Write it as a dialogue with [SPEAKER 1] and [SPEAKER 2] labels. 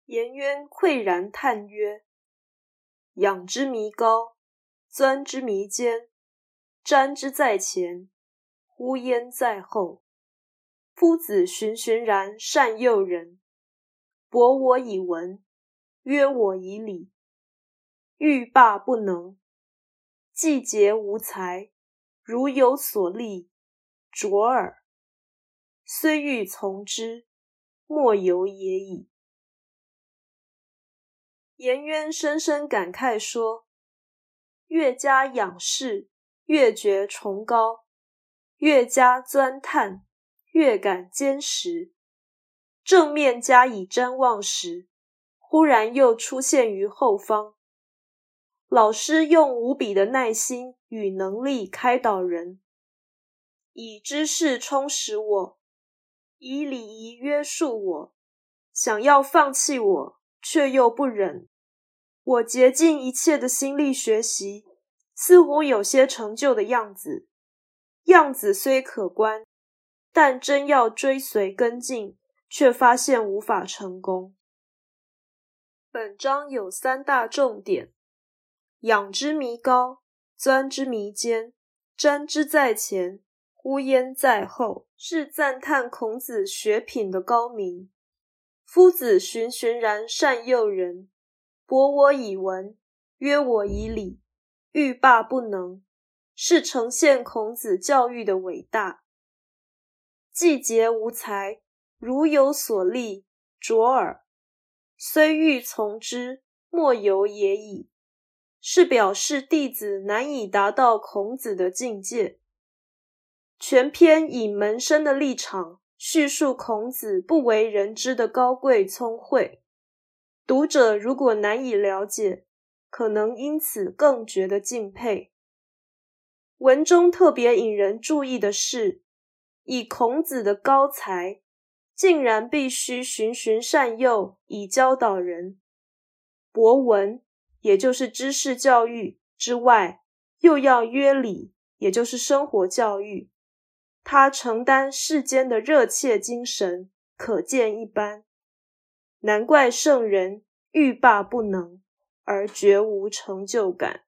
[SPEAKER 1] 颜渊喟然叹曰：仰之弥高，钻之弥坚，瞻之在前，呼焉在后。夫子循循然善诱人，博我以文，约我以礼，欲罢不能。季节无才，如有所立，卓尔。虽欲从之，莫由也已。颜渊深深感慨说，越加仰视，越觉崇高；越加钻探，越感坚实。正面加以瞻望时，忽然又出现于后方。老师用无比的耐心与能力开导人，以知识充实我，以礼仪约束我，想要放弃我，却又不忍。我竭尽一切的心力学习，似乎有些成就的样子。样子虽可观，但真要追随跟进，却发现无法成功。本章有3大重点：仰之弥高，钻之弥坚，瞻之在前，呼焉在后，是赞叹孔子学品的高明。夫子循循然善诱人，博我以文，约我以礼，欲罢不能，是呈现孔子教育的伟大。季节无才，如有所立，卓尔。虽欲从之，莫由也已，是表示弟子难以达到孔子的境界。全篇以门生的立场叙述孔子不为人知的高贵聪慧，读者如果难以了解，可能因此更觉得敬佩。文中特别引人注意的是，以孔子的高才，竟然必须循循善诱以教导人。博文，也就是知识教育之外，又要约礼，也就是生活教育。他承担世间的热切精神，可见一斑。难怪圣人欲罢不能，而绝无成就感。